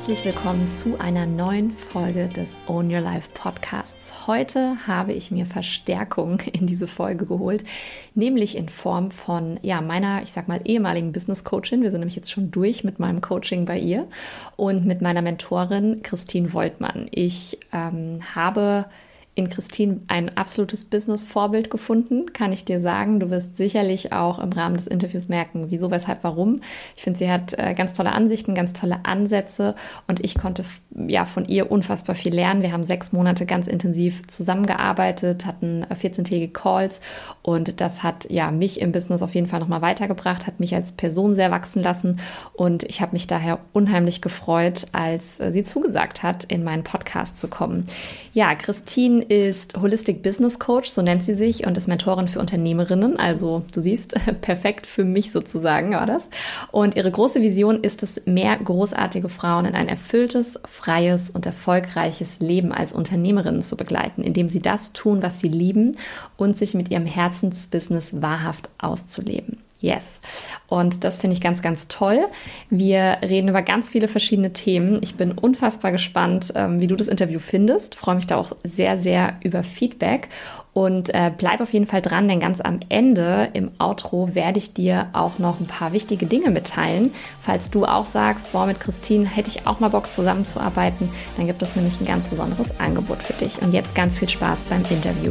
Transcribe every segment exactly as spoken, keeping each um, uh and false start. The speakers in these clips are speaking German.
herzlich willkommen zu einer neuen Folge des Own Your Life Podcasts. Heute habe ich mir Verstärkung in diese Folge geholt, nämlich in Form von ja, meiner, ich sag mal, ehemaligen Business Coachin. Wir sind nämlich jetzt schon durch mit meinem Coaching bei ihr und mit meiner Mentorin Christine Woltmann. Ich ähm, habe in Christine ein absolutes Business-Vorbild gefunden, kann ich dir sagen. Du wirst sicherlich auch im Rahmen des Interviews merken, wieso, weshalb, warum. Ich finde, sie hat äh, ganz tolle Ansichten, ganz tolle Ansätze und ich konnte ja von ihr unfassbar viel lernen. Wir haben sechs Monate ganz intensiv zusammengearbeitet, hatten vierzehntägige Calls und das hat ja mich im Business auf jeden Fall nochmal weitergebracht, hat mich als Person sehr wachsen lassen und ich habe mich daher unheimlich gefreut, als äh, sie zugesagt hat, in meinen Podcast zu kommen. Ja, Christine ist Holistic Business Coach, so nennt sie sich, und ist Mentorin für Unternehmerinnen. Also du siehst, perfekt für mich sozusagen war das. Und ihre große Vision ist es, mehr großartige Frauen in ein erfülltes, freies und erfolgreiches Leben als Unternehmerinnen zu begleiten, indem sie das tun, was sie lieben und sich mit ihrem Herzensbusiness wahrhaft auszuleben. Yes. Und das finde ich ganz, ganz toll. Wir reden über ganz viele verschiedene Themen. Ich bin unfassbar gespannt, wie du das Interview findest. Freue mich da auch sehr, sehr über Feedback. Und äh, bleib auf jeden Fall dran, denn ganz am Ende im Outro werde ich dir auch noch ein paar wichtige Dinge mitteilen. Falls du auch sagst, boah, mit Christine hätte ich auch mal Bock zusammenzuarbeiten, dann gibt es nämlich ein ganz besonderes Angebot für dich. Und jetzt ganz viel Spaß beim Interview.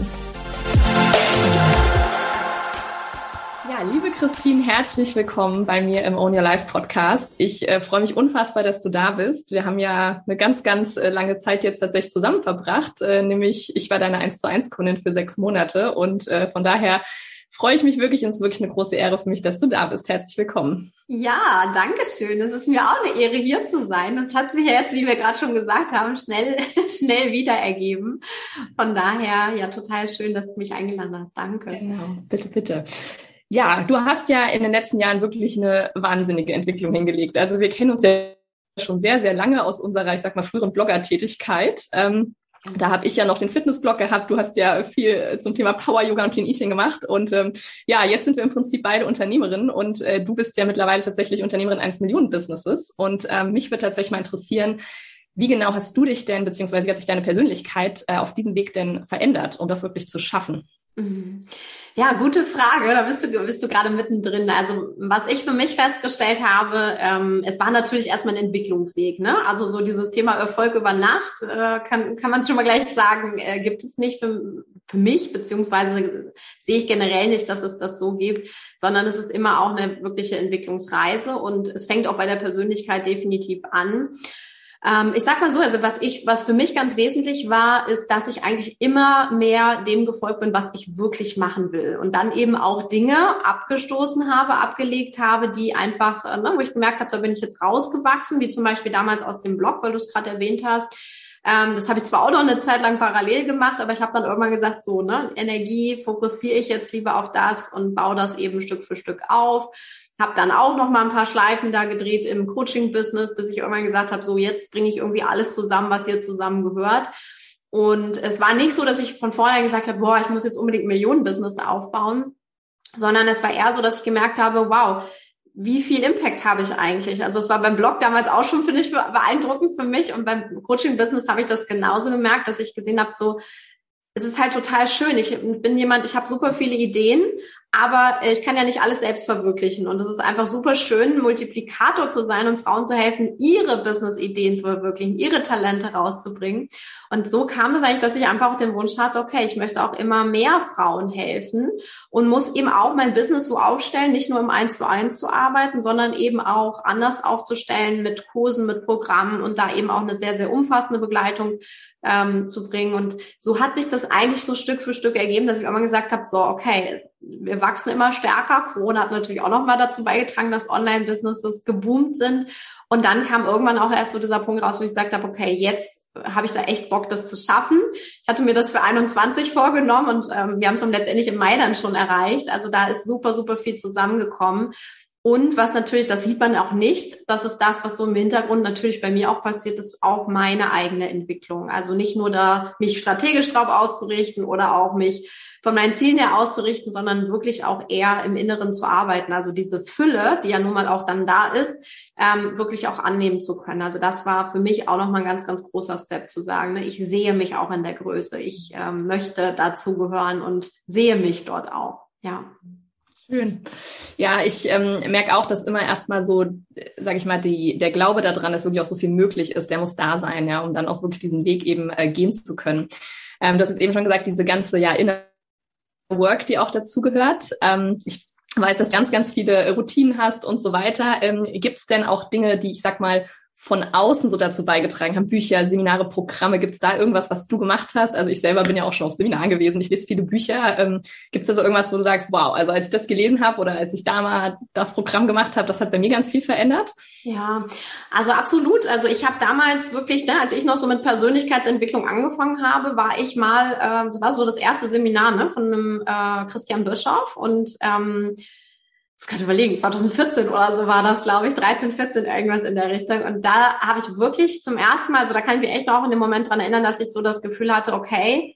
Ja, liebe Christine, herzlich willkommen bei mir im Own Your Life Podcast. Ich äh, freue mich unfassbar, dass du da bist. Wir haben ja eine ganz, ganz äh, lange Zeit jetzt tatsächlich zusammen verbracht, äh, nämlich ich war deine eins zu eins Kundin für sechs Monate und äh, von daher freue ich mich wirklich und es ist wirklich eine große Ehre für mich, dass du da bist. Herzlich willkommen. Ja, danke schön. Es ist mir auch eine Ehre, hier zu sein. Das hat sich ja jetzt, wie wir gerade schon gesagt haben, schnell, schnell wieder ergeben. Von daher, ja, total schön, dass du mich eingeladen hast. Danke. Genau, bitte, bitte. Ja, du hast ja in den letzten Jahren wirklich eine wahnsinnige Entwicklung hingelegt. Also wir kennen uns ja schon sehr, sehr lange aus unserer, ich sag mal, früheren Blogger-Tätigkeit. Ähm, da habe ich ja noch den Fitnessblog gehabt. Du hast ja viel zum Thema Power Yoga und Clean Eating gemacht. Und ähm, ja, jetzt sind wir im Prinzip beide Unternehmerinnen und äh, du bist ja mittlerweile tatsächlich Unternehmerin eines Millionen-Businesses. Und ähm, mich würde tatsächlich mal interessieren, wie genau hast du dich denn, beziehungsweise wie hat sich deine Persönlichkeit äh, auf diesem Weg denn verändert, um das wirklich zu schaffen? Ja, gute Frage. Da bist du, bist du gerade mittendrin. Also was ich für mich festgestellt habe, ähm, es war natürlich erstmal ein Entwicklungsweg, ne? Also so dieses Thema Erfolg über Nacht, äh, kann, kann man schon mal gleich sagen, äh, gibt es nicht für, für mich, beziehungsweise sehe ich generell nicht, dass es das so gibt, sondern es ist immer auch eine wirkliche Entwicklungsreise und es fängt auch bei der Persönlichkeit definitiv an. Ich sag mal so, also was ich, was für mich ganz wesentlich war, ist, dass ich eigentlich immer mehr dem gefolgt bin, was ich wirklich machen will. Und dann eben auch Dinge abgestoßen habe, abgelegt habe, die einfach, ne, wo ich gemerkt habe, da bin ich jetzt rausgewachsen, wie zum Beispiel damals aus dem Blog, weil du es gerade erwähnt hast. Ähm, das habe ich zwar auch noch eine Zeit lang parallel gemacht, aber ich habe dann irgendwann gesagt, so, ne, Energie fokussiere ich jetzt lieber auf das und baue das eben Stück für Stück auf. Habe dann auch noch mal ein paar Schleifen da gedreht im Coaching-Business, bis ich irgendwann gesagt habe, so jetzt bringe ich irgendwie alles zusammen, was hier zusammen gehört. Und es war nicht so, dass ich von vornherein gesagt habe, boah, ich muss jetzt unbedingt ein Millionen-Business aufbauen, sondern es war eher so, dass ich gemerkt habe, wow, wie viel Impact habe ich eigentlich? Also es war beim Blog damals auch schon, finde ich, beeindruckend für mich. Und beim Coaching-Business habe ich das genauso gemerkt, dass ich gesehen habe, so, es ist halt total schön. Ich bin jemand, ich habe super viele Ideen, aber ich kann ja nicht alles selbst verwirklichen. Und es ist einfach super schön, ein Multiplikator zu sein und Frauen zu helfen, ihre Business-Ideen zu verwirklichen, ihre Talente rauszubringen. Und so kam es eigentlich, dass ich einfach auch den Wunsch hatte, okay, ich möchte auch immer mehr Frauen helfen und muss eben auch mein Business so aufstellen, nicht nur im Eins zu eins zu arbeiten, sondern eben auch anders aufzustellen mit Kursen, mit Programmen und da eben auch eine sehr, sehr umfassende Begleitung ähm, zu bringen. Und so hat sich das eigentlich so Stück für Stück ergeben, dass ich immer gesagt habe, so, okay, wir wachsen immer stärker. Corona hat natürlich auch nochmal dazu beigetragen, dass Online-Businesses geboomt sind. Und dann kam irgendwann auch erst so dieser Punkt raus, wo ich gesagt habe, okay, jetzt habe ich da echt Bock, das zu schaffen. Ich hatte mir das für einundzwanzig vorgenommen und ähm, wir haben es dann letztendlich im Mai dann schon erreicht. Also da ist super, super viel zusammengekommen. Und was natürlich, das sieht man auch nicht, das ist das, was so im Hintergrund natürlich bei mir auch passiert ist, auch meine eigene Entwicklung. Also nicht nur da, mich strategisch drauf auszurichten oder auch mich von meinen Zielen her auszurichten, sondern wirklich auch eher im Inneren zu arbeiten. Also diese Fülle, die ja nun mal auch dann da ist, ähm, wirklich auch annehmen zu können. Also das war für mich auch nochmal ein ganz, ganz großer Step zu sagen, ne? Ich sehe mich auch in der Größe. Ich ähm, möchte dazugehören und sehe mich dort auch. Ja. Schön. Ja, ich ähm, merke auch, dass immer erstmal so, sage ich mal, die, der Glaube daran, dass wirklich auch so viel möglich ist, der muss da sein, ja, um dann auch wirklich diesen Weg eben äh, gehen zu können. Ähm, du hast jetzt eben schon gesagt, diese ganze ja Inner Work, die auch dazugehört. Ähm, ich weiß, dass du ganz, ganz viele Routinen hast und so weiter. Ähm, gibt es denn auch Dinge, die ich sag mal von außen so dazu beigetragen haben? Bücher, Seminare, Programme, gibt es da irgendwas, was du gemacht hast? Also ich selber bin ja auch schon auf Seminaren gewesen, ich lese viele Bücher. Ähm, gibt es da so irgendwas, wo du sagst, wow, also als ich das gelesen habe oder als ich da mal das Programm gemacht habe, das hat bei mir ganz viel verändert? Ja, also absolut. Also ich habe damals wirklich, ne, als ich noch so mit Persönlichkeitsentwicklung angefangen habe, war ich mal, äh, das war so das erste Seminar, ne, von einem äh, Christian Bischoff und ähm, ich kann überlegen, zwanzig vierzehn oder so war das, glaube ich, dreizehn, vierzehn, irgendwas in der Richtung. Und da habe ich wirklich zum ersten Mal, also da kann ich mich echt noch in dem Moment dran erinnern, dass ich so das Gefühl hatte, okay,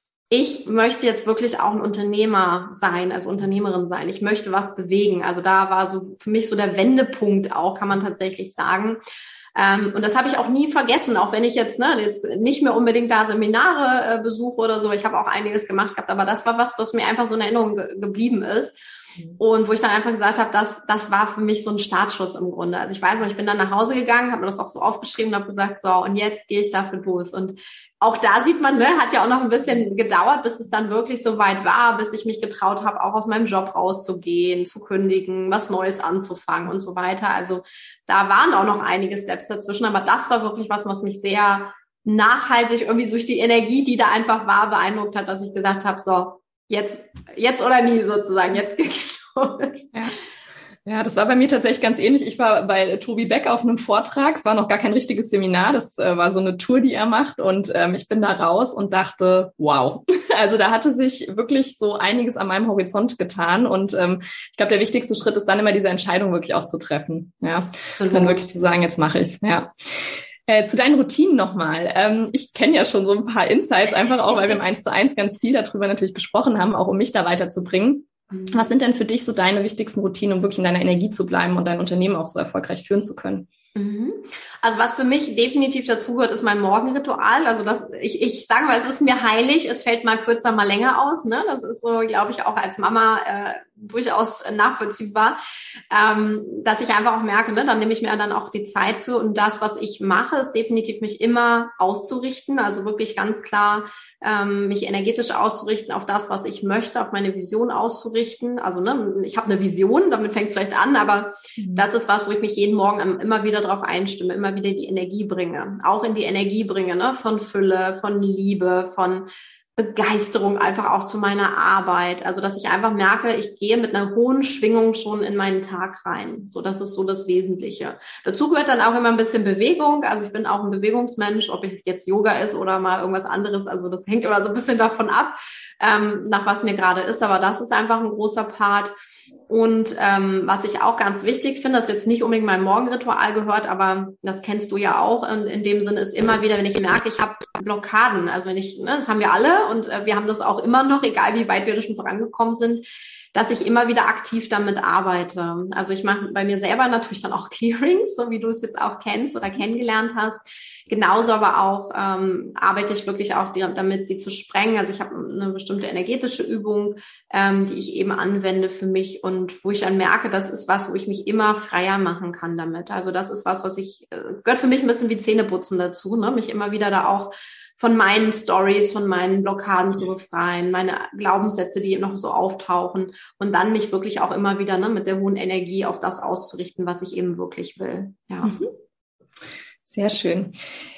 ich möchte jetzt wirklich auch ein Unternehmer sein, also Unternehmerin sein. Ich möchte was bewegen. Also da war so für mich so der Wendepunkt auch, kann man tatsächlich sagen. Ähm, und das habe ich auch nie vergessen, auch wenn ich jetzt, ne, jetzt nicht mehr unbedingt da Seminare äh, besuche oder so. Ich habe auch einiges gemacht gehabt, aber das war was, was mir einfach so in Erinnerung ge- geblieben ist. Und wo ich dann einfach gesagt habe, das, das war für mich so ein Startschuss im Grunde. Also ich weiß noch, ich bin dann nach Hause gegangen, habe mir das auch so aufgeschrieben und habe gesagt, so, und jetzt gehe ich dafür los. Und auch da sieht man, ne, hat ja auch noch ein bisschen gedauert, bis es dann wirklich so weit war, bis ich mich getraut habe, auch aus meinem Job rauszugehen, zu kündigen, was Neues anzufangen und so weiter. Also da waren auch noch einige Steps dazwischen, aber das war wirklich was, was mich sehr nachhaltig irgendwie durch die Energie, die da einfach war, beeindruckt hat, dass ich gesagt habe, so, Jetzt, jetzt oder nie sozusagen, jetzt geht's los. Ja. Ja, das war bei mir tatsächlich ganz ähnlich. Ich war bei Tobi Beck auf einem Vortrag. Es war noch gar kein richtiges Seminar. Das äh, war so eine Tour, die er macht. Und ähm, ich bin da raus und dachte, wow. Also da hatte sich wirklich so einiges an meinem Horizont getan. Und ähm, ich glaube, der wichtigste Schritt ist dann immer diese Entscheidung wirklich auch zu treffen. Ja, und dann wirklich zu sagen, jetzt mache ich's. Ja. Äh, zu deinen Routinen nochmal. Ähm, ich kenne ja schon so ein paar Insights, einfach auch, weil wir im eins zu eins ganz viel darüber natürlich gesprochen haben, auch um mich da weiterzubringen. Mhm. Was sind denn für dich so deine wichtigsten Routinen, um wirklich in deiner Energie zu bleiben und dein Unternehmen auch so erfolgreich führen zu können? Mhm. Also was für mich definitiv dazugehört, ist mein Morgenritual. Also das, ich, ich sage mal, es ist mir heilig. Es fällt mal kürzer, mal länger aus. Ne? Das ist so, glaube ich, auch als Mama äh, durchaus nachvollziehbar, ähm, dass ich einfach auch merke, ne, dann nehme ich mir dann auch die Zeit für. Und das, was ich mache, ist definitiv mich immer auszurichten. Also wirklich ganz klar ähm, mich energetisch auszurichten auf das, was ich möchte, auf meine Vision auszurichten. Also ne, ich habe eine Vision, damit fängt es vielleicht an, aber mhm. das ist was, wo ich mich jeden Morgen immer wieder darauf einstimme, immer wieder die Energie bringe, auch in die Energie bringe, ne, von Fülle, von Liebe, von Begeisterung einfach auch zu meiner Arbeit. Also, dass ich einfach merke, ich gehe mit einer hohen Schwingung schon in meinen Tag rein. So, das ist so das Wesentliche. Dazu gehört dann auch immer ein bisschen Bewegung. Also, ich bin auch ein Bewegungsmensch, ob ich jetzt Yoga ist oder mal irgendwas anderes. Also, das hängt immer so ein bisschen davon ab, ähm, nach was mir gerade ist. Aber das ist einfach ein großer Part. Und ähm, was ich auch ganz wichtig finde, das jetzt nicht unbedingt mein Morgenritual gehört, aber das kennst du ja auch. Und in dem Sinne ist immer wieder, wenn ich merke, ich habe Blockaden, also wenn ich, ne, das haben wir alle und äh, wir haben das auch immer noch, egal wie weit wir schon vorangekommen sind, dass ich immer wieder aktiv damit arbeite. Also ich mache bei mir selber natürlich dann auch Clearings, so wie du es jetzt auch kennst oder kennengelernt hast. Genauso aber auch ähm, arbeite ich wirklich auch die, damit, sie zu sprengen. Also ich habe eine bestimmte energetische Übung, ähm, die ich eben anwende für mich und wo ich dann merke, das ist was, wo ich mich immer freier machen kann damit. Also das ist was, was ich, äh, gehört für mich ein bisschen wie Zähneputzen dazu, ne? Mich immer wieder da auch von meinen Stories, von meinen Blockaden zu befreien, meine Glaubenssätze, die noch so auftauchen und dann mich wirklich auch immer wieder, ne, mit der hohen Energie auf das auszurichten, was ich eben wirklich will. Ja. Mhm. Sehr schön.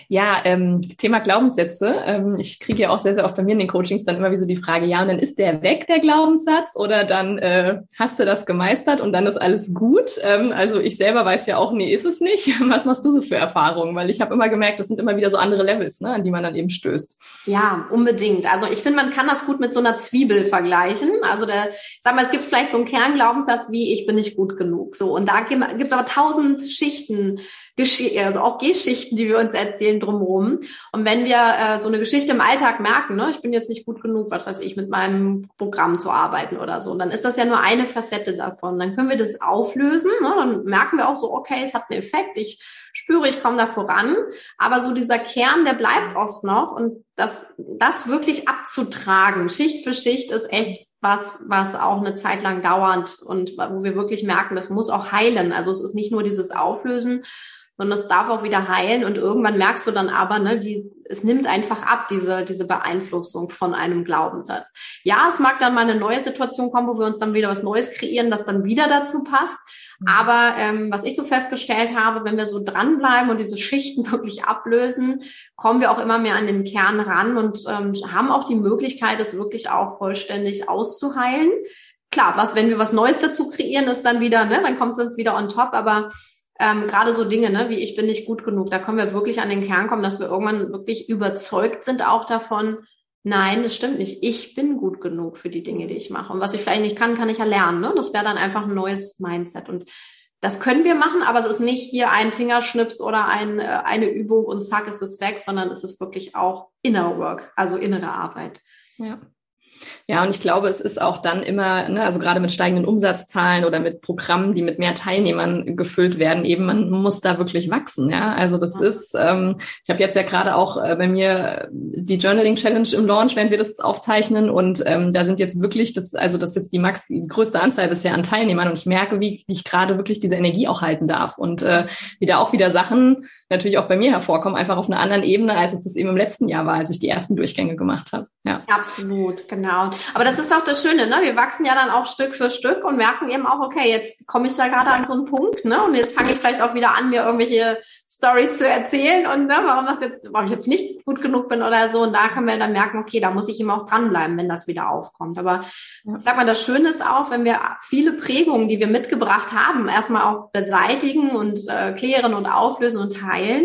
Ja, ähm, Thema Glaubenssätze. Ähm, ich kriege ja auch sehr, sehr oft bei mir in den Coachings dann immer wie so die Frage, ja, und dann ist der weg, der Glaubenssatz, oder dann äh, hast du das gemeistert und dann ist alles gut. Ähm, also ich selber weiß ja auch, nee, ist es nicht. Was machst du so für Erfahrungen? Weil ich habe immer gemerkt, das sind immer wieder so andere Levels, ne, an die man dann eben stößt. Ja, unbedingt. Also ich finde, man kann das gut mit so einer Zwiebel vergleichen. Also der, sag mal, es gibt vielleicht so einen Kernglaubenssatz wie, ich bin nicht gut genug. So, und da gibt es aber tausend Schichten, also auch Geschichten, die wir uns erzählen drumherum. Und wenn wir äh, so eine Geschichte im Alltag merken, ne, ich bin jetzt nicht gut genug, was weiß ich, mit meinem Programm zu arbeiten oder so, dann ist das ja nur eine Facette davon. Dann können wir das auflösen, ne, dann merken wir auch so, okay, es hat einen Effekt, ich spüre, ich komme da voran. Aber so dieser Kern, der bleibt oft noch. Und das, das wirklich abzutragen, Schicht für Schicht, ist echt was, was auch eine Zeit lang dauert und wo wir wirklich merken, das muss auch heilen. Also es ist nicht nur dieses Auflösen, sondern es darf auch wieder heilen. Und irgendwann merkst du dann aber, ne, die, es nimmt einfach ab, diese, diese Beeinflussung von einem Glaubenssatz. Ja, es mag dann mal eine neue Situation kommen, wo wir uns dann wieder was Neues kreieren, das dann wieder dazu passt. Aber ähm, was ich so festgestellt habe, wenn wir so dranbleiben und diese Schichten wirklich ablösen, kommen wir auch immer mehr an den Kern ran und ähm, haben auch die Möglichkeit, es wirklich auch vollständig auszuheilen. Klar, was, wenn wir was Neues dazu kreieren, ist dann wieder, ne, dann kommt es jetzt wieder on top, aber ähm, gerade so Dinge, ne, wie ich bin nicht gut genug, da können wir wirklich an den Kern kommen, dass wir irgendwann wirklich überzeugt sind auch davon, nein, das stimmt nicht. Ich bin gut genug für die Dinge, die ich mache. Und was ich vielleicht nicht kann, kann ich ja lernen. Ne? Das wäre dann einfach ein neues Mindset. Und das können wir machen, aber es ist nicht hier ein Fingerschnips oder ein, eine Übung und zack, ist es weg, sondern es ist wirklich auch Inner Work, also innere Arbeit. Ja. Ja, und ich glaube, es ist auch dann immer, ne, also gerade mit steigenden Umsatzzahlen oder mit Programmen, die mit mehr Teilnehmern gefüllt werden, eben man muss da wirklich wachsen. Ja, also das ja. ist, ähm, ich habe jetzt ja gerade auch äh, bei mir die Journaling Challenge im Launch, während wir das aufzeichnen, und ähm, da sind jetzt wirklich, das, also das ist jetzt die max die größte Anzahl bisher an Teilnehmern, und ich merke, wie, wie ich gerade wirklich diese Energie auch halten darf und äh, wieder auch wieder Sachen natürlich auch bei mir hervorkommen, einfach auf einer anderen Ebene, als es das eben im letzten Jahr war, als ich die ersten Durchgänge gemacht habe. Ja, absolut, genau. Aber das ist auch das Schöne, ne? Wir wachsen ja dann auch Stück für Stück und merken eben auch, okay, jetzt komme ich da gerade an so einen Punkt, ne? Und jetzt fange ich vielleicht auch wieder an, mir irgendwelche Stories zu erzählen und ne, warum das jetzt, warum ich jetzt nicht gut genug bin oder so. Und da können wir dann merken, okay, da muss ich eben auch dranbleiben, wenn das wieder aufkommt. Aber ja. ich sag mal, das Schöne ist auch, wenn wir viele Prägungen, die wir mitgebracht haben, erstmal auch beseitigen und äh, klären und auflösen und heilen,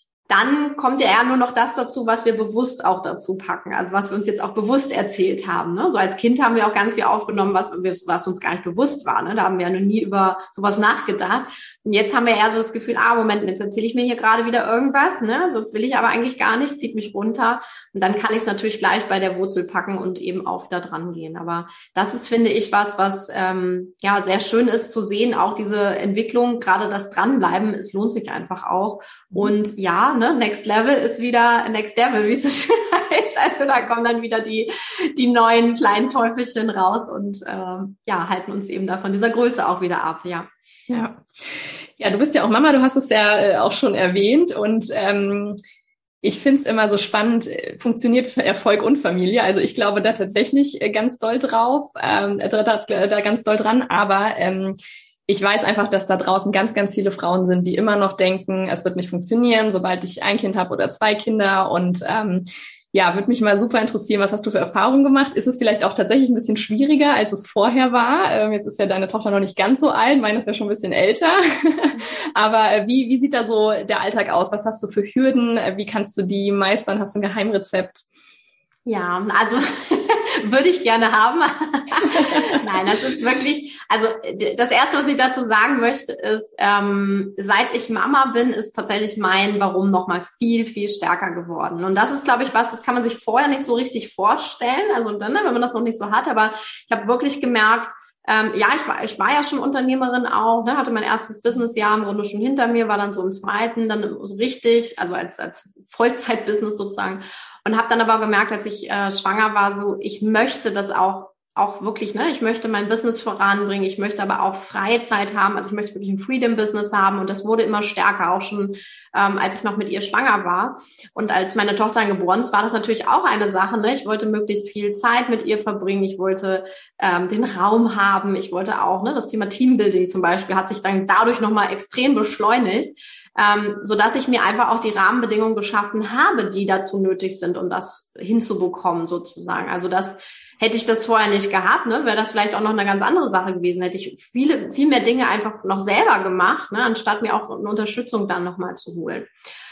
dann kommt ja eher nur noch das dazu, was wir bewusst auch dazu packen. Also was wir uns jetzt auch bewusst erzählt haben. Ne? So als Kind haben wir auch ganz viel aufgenommen, was, was uns gar nicht bewusst war. Ne? Da haben wir ja noch nie über sowas nachgedacht. Und jetzt haben wir eher so das Gefühl, ah, Moment, jetzt erzähle ich mir hier gerade wieder irgendwas. Ne? So, das will ich aber eigentlich gar nicht, zieht mich runter. Und dann kann ich es natürlich gleich bei der Wurzel packen und eben auch da dran gehen. Aber das ist, finde ich, was, was ähm, ja sehr schön ist zu sehen. Auch diese Entwicklung, gerade das Dranbleiben, es lohnt sich einfach auch. Und ja, ne, Next Level ist wieder Next Devil, wie es so schön heißt. Also da kommen dann wieder die die neuen kleinen Teufelchen raus und ähm, ja, halten uns eben da von dieser Größe auch wieder ab, ja. Ja. Ja, du bist ja auch Mama, du hast es ja äh, auch schon erwähnt, und ähm, ich find's immer so spannend, funktioniert Erfolg und Familie. Also ich glaube da tatsächlich ganz doll drauf, ähm, da, da, da ganz doll dran, aber ähm, ich weiß einfach, dass da draußen ganz, ganz viele Frauen sind, die immer noch denken, es wird nicht funktionieren, sobald ich ein Kind habe oder zwei Kinder. Und ähm, ja, würde mich mal super interessieren, was hast du für Erfahrungen gemacht? Ist es vielleicht auch tatsächlich ein bisschen schwieriger, als es vorher war? Ähm, jetzt ist ja deine Tochter noch nicht ganz so alt, meine ist ja schon ein bisschen älter. Aber äh, wie, wie sieht da so der Alltag aus? Was hast du für Hürden? Wie kannst du die meistern? Hast du ein Geheimrezept? Ja, also würde ich gerne haben. Nein, das ist wirklich, also das Erste, was ich dazu sagen möchte, ist, ähm, seit ich Mama bin, ist tatsächlich mein Warum nochmal viel, viel stärker geworden. Und das ist, glaube ich, was, das kann man sich vorher nicht so richtig vorstellen, also dann, wenn man das noch nicht so hat, aber ich habe wirklich gemerkt, Ähm, ja, ich war, ich war ja schon Unternehmerin auch, ne, hatte mein erstes Businessjahr im Grunde schon hinter mir, war dann so im zweiten, dann so richtig, also als, als Vollzeitbusiness sozusagen, und habe dann aber gemerkt, als ich äh, schwanger war, so, ich möchte das auch, auch wirklich, ne, ich möchte mein Business voranbringen, ich möchte aber auch Freizeit haben, also ich möchte wirklich ein Freedom-Business haben, und das wurde immer stärker, auch schon ähm, als ich noch mit ihr schwanger war. Und als meine Tochter dann geboren ist, war das natürlich auch eine Sache, ne, ich wollte möglichst viel Zeit mit ihr verbringen, ich wollte ähm, den Raum haben, ich wollte auch, ne, das Thema Teambuilding zum Beispiel hat sich dann dadurch nochmal extrem beschleunigt. ähm, so dass ich mir einfach auch die Rahmenbedingungen geschaffen habe, die dazu nötig sind, um das hinzubekommen sozusagen. Also das hätte ich das vorher nicht gehabt, ne, wäre das vielleicht auch noch eine ganz andere Sache gewesen. Hätte ich viele, viel mehr Dinge einfach noch selber gemacht, ne, anstatt mir auch eine Unterstützung dann nochmal zu holen.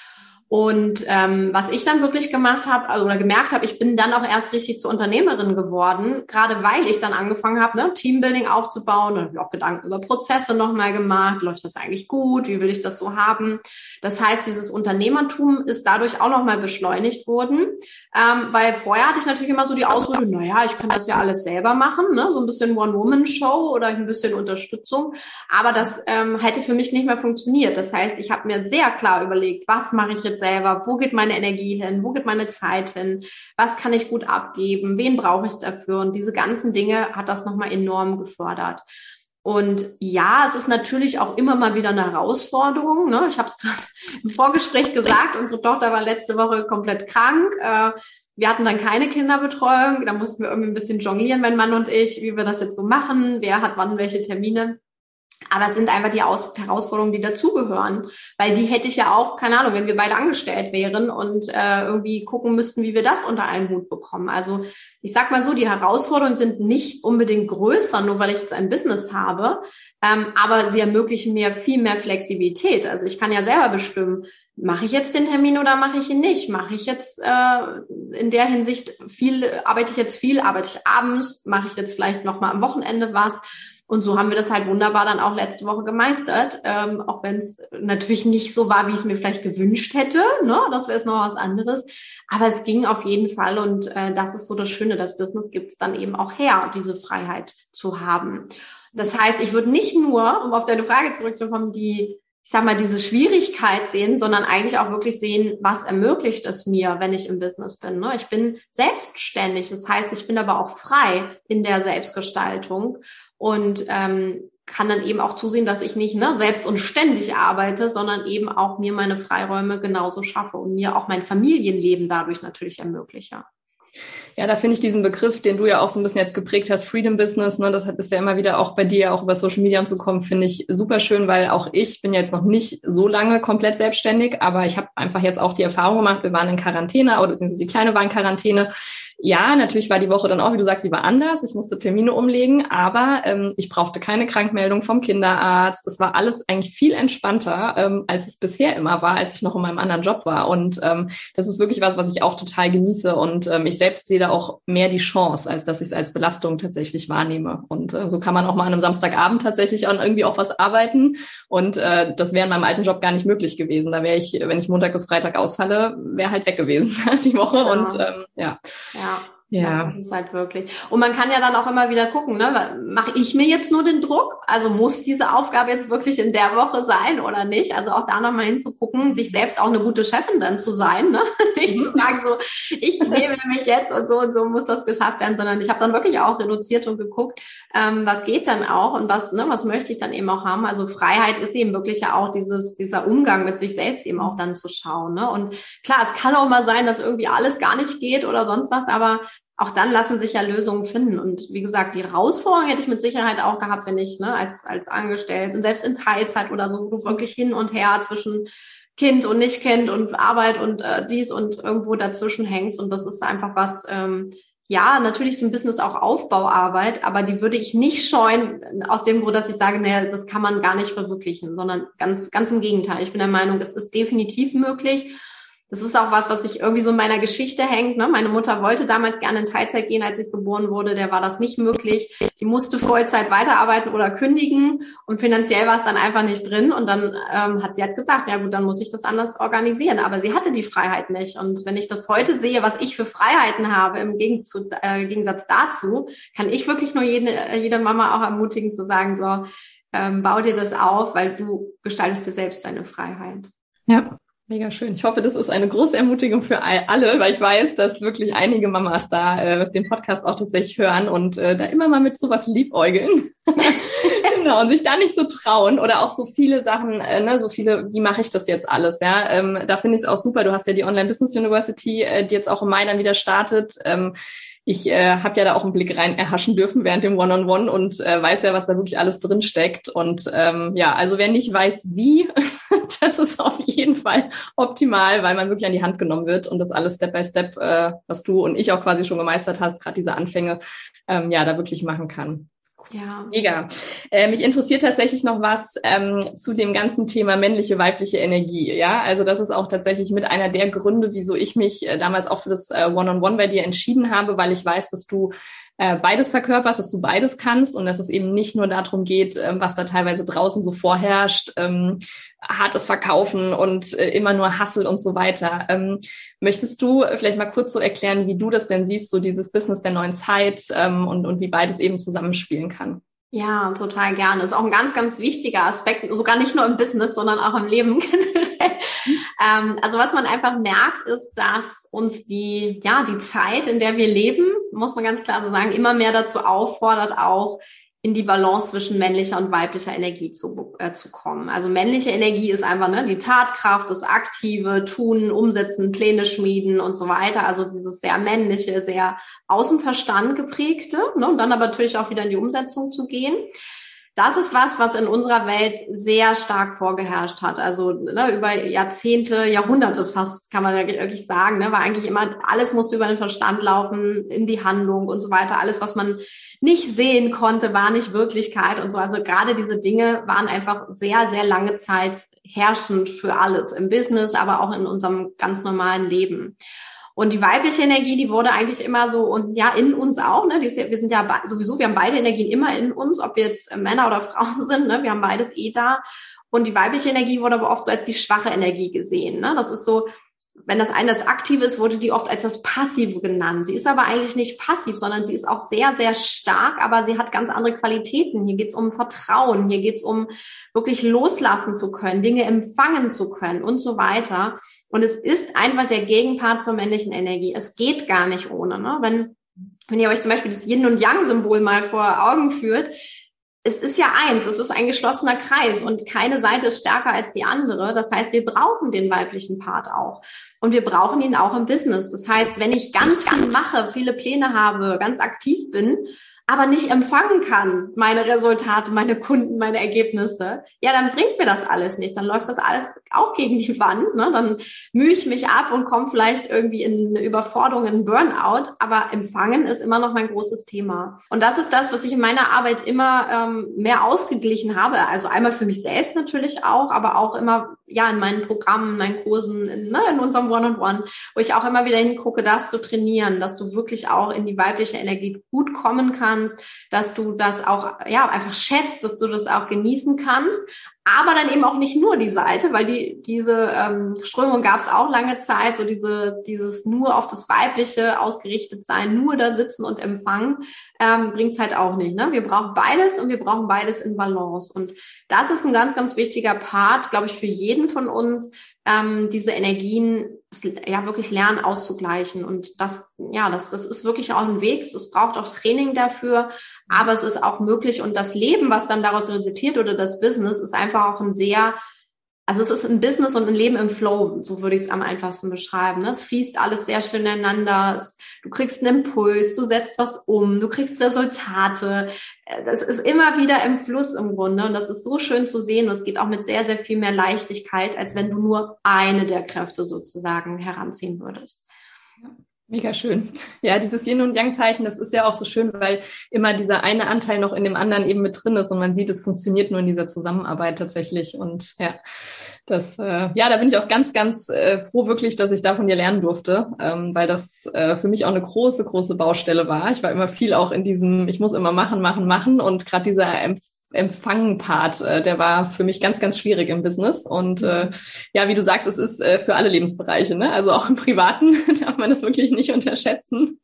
Und ähm, was ich dann wirklich gemacht habe, also, oder gemerkt habe, ich bin dann auch erst richtig zur Unternehmerin geworden, gerade weil ich dann angefangen habe, ne, Teambuilding aufzubauen und habe auch Gedanken über Prozesse nochmal gemacht. Läuft das eigentlich gut? Wie will ich das so haben? Das heißt, dieses Unternehmertum ist dadurch auch nochmal beschleunigt worden, ähm, weil vorher hatte ich natürlich immer so die Ausrede, naja, ich kann das ja alles selber machen, ne, so ein bisschen One-Woman-Show oder ein bisschen Unterstützung, aber das ähm, hätte für mich nicht mehr funktioniert. Das heißt, ich habe mir sehr klar überlegt, was mache ich jetzt selber, wo geht meine Energie hin, wo geht meine Zeit hin, was kann ich gut abgeben, wen brauche ich dafür, und diese ganzen Dinge hat das nochmal enorm gefördert. Und ja, es ist natürlich auch immer mal wieder eine Herausforderung, ne? Ich habe es gerade im Vorgespräch gesagt, unsere Tochter war letzte Woche komplett krank, äh, wir hatten dann keine Kinderbetreuung, da mussten wir irgendwie ein bisschen jonglieren, mein Mann und ich, wie wir das jetzt so machen, wer hat wann welche Termine. Aber es sind einfach die Aus- Herausforderungen, die dazugehören, weil die hätte ich ja auch, keine Ahnung, wenn wir beide angestellt wären und äh, irgendwie gucken müssten, wie wir das unter einen Hut bekommen. Also ich sag mal so, die Herausforderungen sind nicht unbedingt größer, nur weil ich jetzt ein Business habe, ähm, aber sie ermöglichen mir viel mehr Flexibilität. Also ich kann ja selber bestimmen, mache ich jetzt den Termin oder mache ich ihn nicht? Mache ich jetzt äh, in der Hinsicht viel, arbeite ich jetzt viel, arbeite ich abends, mache ich jetzt vielleicht noch mal am Wochenende was? Und so haben wir das halt wunderbar dann auch letzte Woche gemeistert, ähm, auch wenn es natürlich nicht so war, wie ich es mir vielleicht gewünscht hätte, ne? Das wäre jetzt noch was anderes. Aber es ging auf jeden Fall, und äh, das ist so das Schöne, das Business gibt es dann eben auch her, diese Freiheit zu haben. Das heißt, ich würde nicht nur, um auf deine Frage zurückzukommen, die, ich sag mal, diese Schwierigkeit sehen, sondern eigentlich auch wirklich sehen, was ermöglicht es mir, wenn ich im Business bin, ne? Ich bin selbstständig, das heißt, ich bin aber auch frei in der Selbstgestaltung. Und ähm, kann dann eben auch zusehen, dass ich nicht ne, selbst und ständig arbeite, sondern eben auch mir meine Freiräume genauso schaffe und mir auch mein Familienleben dadurch natürlich ermögliche. Ja, da finde ich diesen Begriff, den du ja auch so ein bisschen jetzt geprägt hast, Freedom Business, ne, das ist ja immer wieder auch bei dir, auch über Social Media und so kommen, finde ich super schön, weil auch ich bin jetzt noch nicht so lange komplett selbstständig, aber ich habe einfach jetzt auch die Erfahrung gemacht, wir waren in Quarantäne, oder beziehungsweise die Kleine war in Quarantäne. Ja, natürlich war die Woche dann auch, wie du sagst, die war anders. Ich musste Termine umlegen, aber ähm, ich brauchte keine Krankmeldung vom Kinderarzt. Das war alles eigentlich viel entspannter, ähm, als es bisher immer war, als ich noch in meinem anderen Job war. Und ähm, das ist wirklich was, was ich auch total genieße. Und ähm, ich selbst sehe da auch mehr die Chance, als dass ich es als Belastung tatsächlich wahrnehme. Und äh, so kann man auch mal an einem Samstagabend tatsächlich an irgendwie auch was arbeiten. Und äh, das wäre in meinem alten Job gar nicht möglich gewesen. Da wäre ich, wenn ich Montag bis Freitag ausfalle, wäre halt weg gewesen die Woche. Ja. Und ähm, ja. Ja. Ja, das ist es halt wirklich. Und man kann ja dann auch immer wieder gucken, ne? Mache ich mir jetzt nur den Druck? Also muss diese Aufgabe jetzt wirklich in der Woche sein oder nicht? Also auch da nochmal hinzugucken, sich selbst auch eine gute Chefin dann zu sein, ne? Nicht zu sagen so, ich nehme mich jetzt und so und so muss das geschafft werden, sondern ich habe dann wirklich auch reduziert und geguckt, ähm, was geht dann auch und was, ne, was möchte ich dann eben auch haben? Also Freiheit ist eben wirklich ja auch dieses, dieser Umgang mit sich selbst eben auch dann zu schauen, ne? Und klar, es kann auch mal sein, dass irgendwie alles gar nicht geht oder sonst was, aber auch dann lassen sich ja Lösungen finden. Und wie gesagt, die Herausforderung hätte ich mit Sicherheit auch gehabt, wenn ich ne, als als angestellt und selbst in Teilzeit oder so, wo du wirklich hin und her zwischen Kind und Nicht-Kind und Arbeit und äh, dies und irgendwo dazwischen hängst. Und das ist einfach was, ähm, ja, natürlich ist ein Business auch Aufbauarbeit, aber die würde ich nicht scheuen, aus dem Grund, dass ich sage, naja, das kann man gar nicht verwirklichen, sondern ganz, ganz im Gegenteil. Ich bin der Meinung, es ist definitiv möglich. Das ist auch was, was sich irgendwie so in meiner Geschichte hängt. Ne? Meine Mutter wollte damals gerne in Teilzeit gehen, als ich geboren wurde. Der war das nicht möglich. Die musste Vollzeit weiterarbeiten oder kündigen. Und finanziell war es dann einfach nicht drin. Und dann ähm, hat sie halt gesagt, ja gut, dann muss ich das anders organisieren. Aber sie hatte die Freiheit nicht. Und wenn ich das heute sehe, was ich für Freiheiten habe, im Gegenzug, äh, Gegensatz dazu, kann ich wirklich nur jede, jede Mama auch ermutigen zu sagen, so, ähm, bau dir das auf, weil du gestaltest dir selbst deine Freiheit. Ja. Mega schön. Ich hoffe, das ist eine große Ermutigung für alle, weil ich weiß, dass wirklich einige Mamas da äh, den Podcast auch tatsächlich hören und äh, da immer mal mit sowas liebäugeln. Genau, und sich da nicht so trauen oder auch so viele Sachen, äh, ne, so viele, wie mache ich das jetzt alles, ja? Ähm, da finde ich es auch super. Du hast ja die Online Business University, äh, die jetzt auch im Mai dann wieder startet. Ähm, ich äh, habe ja da auch einen Blick rein erhaschen dürfen während dem One-on-One und äh, weiß ja, was da wirklich alles drin steckt. Und ähm, ja, also wer nicht weiß, wie, das ist auf jeden Fall optimal, weil man wirklich an die Hand genommen wird und das alles Step by Step, äh, was du und ich auch quasi schon gemeistert hast, gerade diese Anfänge, ähm, ja, da wirklich machen kann. Ja. Mega. Äh, mich interessiert tatsächlich noch was ähm, zu dem ganzen Thema männliche, weibliche Energie. Ja, also das ist auch tatsächlich mit einer der Gründe, wieso ich mich äh, damals auch für das äh, One-on-One bei dir entschieden habe, weil ich weiß, dass du äh, beides verkörperst, dass du beides kannst und dass es eben nicht nur darum geht, ähm, was da teilweise draußen so vorherrscht, ähm, hartes Verkaufen und äh, immer nur Hustle und so weiter. Ähm, möchtest du vielleicht mal kurz so erklären, wie du das denn siehst, so dieses Business der neuen Zeit ähm, und, und wie beides eben zusammenspielen kann? Ja, total gerne. Das ist auch ein ganz, ganz wichtiger Aspekt, sogar nicht nur im Business, sondern auch im Leben generell. ähm, also was man einfach merkt, ist, dass uns die, ja, die Zeit, in der wir leben, muss man ganz klar so sagen, immer mehr dazu auffordert, auch in die Balance zwischen männlicher und weiblicher Energie zu, äh, zu kommen. Also männliche Energie ist einfach ne, die Tatkraft, das aktive Tun, Umsetzen, Pläne schmieden und so weiter. Also dieses sehr männliche, sehr aus dem Verstand geprägte, ne, und dann aber natürlich auch wieder in die Umsetzung zu gehen. Das ist was, was in unserer Welt sehr stark vorgeherrscht hat. Also ne, über Jahrzehnte, Jahrhunderte fast, kann man ja wirklich sagen. Ne, war eigentlich immer, alles musste über den Verstand laufen, in die Handlung und so weiter. Alles, was man nicht sehen konnte, war nicht Wirklichkeit und so. Also gerade diese Dinge waren einfach sehr, sehr lange Zeit herrschend für alles. Im Business, aber auch in unserem ganz normalen Leben. Und die weibliche Energie, die wurde eigentlich immer so, und ja, in uns auch, ne, die ist ja, wir sind ja sowieso, wir haben beide Energien immer in uns, ob wir jetzt Männer oder Frauen sind, ne, wir haben beides eh da. Und die weibliche Energie wurde aber oft so als die schwache Energie gesehen, ne, das ist so, wenn das eine das Aktive ist, wurde die oft als das Passive genannt. Sie ist aber eigentlich nicht passiv, sondern sie ist auch sehr, sehr stark, aber sie hat ganz andere Qualitäten. Hier geht's um Vertrauen, hier geht's um wirklich loslassen zu können, Dinge empfangen zu können und so weiter. Und es ist einfach der Gegenpart zur männlichen Energie. Es geht gar nicht ohne. Ne? Wenn, wenn ihr euch zum Beispiel das Yin- und Yang-Symbol mal vor Augen führt, es ist ja eins, es ist ein geschlossener Kreis und keine Seite ist stärker als die andere. Das heißt, wir brauchen den weiblichen Part auch. Und wir brauchen ihn auch im Business. Das heißt, wenn ich ganz, ganz mache, viele Pläne habe, ganz aktiv bin, aber nicht empfangen kann, meine Resultate, meine Kunden, meine Ergebnisse, ja, dann bringt mir das alles nichts. Dann läuft das alles auch gegen die Wand. Ne? Dann mühe ich mich ab und komme vielleicht irgendwie in eine Überforderung, in einen Burnout. Aber empfangen ist immer noch mein großes Thema. Und das ist das, was ich in meiner Arbeit immer ähm, mehr ausgeglichen habe. Also einmal für mich selbst natürlich auch, aber auch immer ja in meinen Programmen, in meinen Kursen, in, ne, in unserem One-on-One, wo ich auch immer wieder hingucke, das zu trainieren, dass du wirklich auch in die weibliche Energie gut kommen kannst, dass du das auch ja einfach schätzt, dass du das auch genießen kannst, aber dann eben auch nicht nur die Seite, weil die diese ähm, Strömung gab es auch lange Zeit, so diese dieses nur auf das Weibliche ausgerichtet sein, nur da sitzen und empfangen, ähm, bringt es halt auch nicht. Ne? Wir brauchen beides und wir brauchen beides in Balance und das ist ein ganz, ganz wichtiger Part, glaube ich, für jeden von uns, ähm, diese Energien ja wirklich lernen auszugleichen und das ja das das ist wirklich auch ein Weg. Es braucht auch Training dafür, aber es ist auch möglich und das Leben, was dann daraus resultiert oder das Business, ist einfach auch ein sehr Also es ist ein Business und ein Leben im Flow, so würde ich es am einfachsten beschreiben. Es fließt alles sehr schön ineinander. Es, du kriegst einen Impuls, du setzt was um, du kriegst Resultate. Das ist immer wieder im Fluss im Grunde und das ist so schön zu sehen. Und es geht auch mit sehr, sehr viel mehr Leichtigkeit, als wenn du nur eine der Kräfte sozusagen heranziehen würdest. Ja. Mega schön. Ja, dieses Yin- und Yang-Zeichen, das ist ja auch so schön, weil immer dieser eine Anteil noch in dem anderen eben mit drin ist und man sieht, es funktioniert nur in dieser Zusammenarbeit tatsächlich. Und ja, das, äh, ja, da bin ich auch ganz, ganz äh, froh wirklich, dass ich da von dir lernen durfte, ähm, weil das äh, für mich auch eine große, große Baustelle war. Ich war immer viel auch in diesem, ich muss immer machen, machen, machen und gerade dieser Empf- Empfangen-Part, äh, der war für mich ganz, ganz schwierig im Business. Und äh, ja, wie du sagst, es ist äh, für alle Lebensbereiche, ne? Also auch im Privaten darf man das wirklich nicht unterschätzen.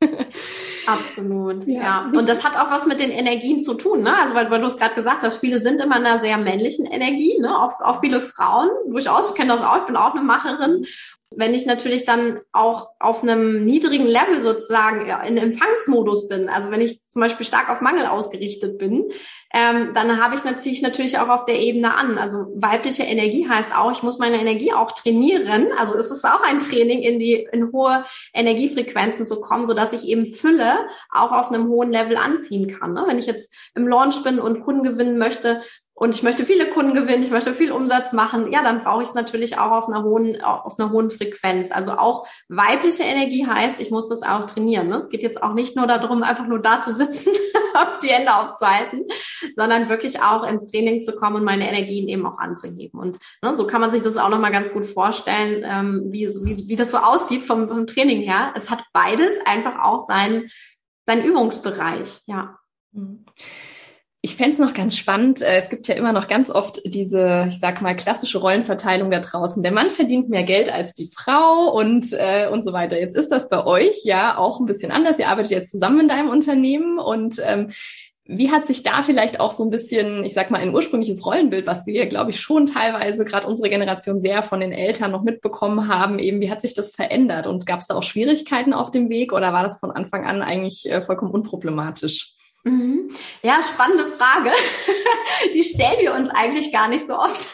Absolut, ja. ja. Und das hat auch was mit den Energien zu tun, ne? Also weil, weil du es gerade gesagt hast, viele sind immer in einer sehr männlichen Energie, ne? Auch, auch viele Frauen, durchaus, ich kenne das auch, ich bin auch eine Macherin. wenn ich natürlich dann auch auf einem niedrigen Level sozusagen in Empfangsmodus bin, also wenn ich zum Beispiel stark auf Mangel ausgerichtet bin, ähm, dann habe ich, dann ziehe ich natürlich auch auf der Ebene an. Also weibliche Energie heißt auch, ich muss meine Energie auch trainieren. Also es ist auch ein Training, in die in hohe Energiefrequenzen zu kommen, sodass ich eben Fülle auch auf einem hohen Level anziehen kann. Ne? Wenn ich jetzt im Launch bin und Kunden gewinnen möchte, und ich möchte viele Kunden gewinnen, ich möchte viel Umsatz machen, ja, dann brauche ich es natürlich auch auf einer hohen, auf einer hohen Frequenz. Also auch weibliche Energie heißt, ich muss das auch trainieren. Ne? Es geht jetzt auch nicht nur darum, einfach nur da zu sitzen, auf die Hände aufzuhalten, sondern wirklich auch ins Training zu kommen und meine Energien eben auch anzuheben. Und ne, so kann man sich das auch nochmal ganz gut vorstellen, ähm, wie, wie, wie das so aussieht vom, vom Training her. Es hat beides einfach auch seinen, seinen Übungsbereich, ja. Mhm. Ich fände es noch ganz spannend. Es gibt ja immer noch ganz oft diese, ich sag mal, klassische Rollenverteilung da draußen. Der Mann verdient mehr Geld als die Frau und äh, und so weiter. Jetzt ist das bei euch ja auch ein bisschen anders. Ihr arbeitet jetzt zusammen in deinem Unternehmen und ähm, wie hat sich da vielleicht auch so ein bisschen, ich sag mal, ein ursprüngliches Rollenbild, was wir, glaube ich, schon teilweise gerade unsere Generation sehr von den Eltern noch mitbekommen haben, eben wie hat sich das verändert? Und gab es da auch Schwierigkeiten auf dem Weg oder war das von Anfang an eigentlich äh, vollkommen unproblematisch? Mhm. Ja, spannende Frage. Die stellen wir uns eigentlich gar nicht so oft.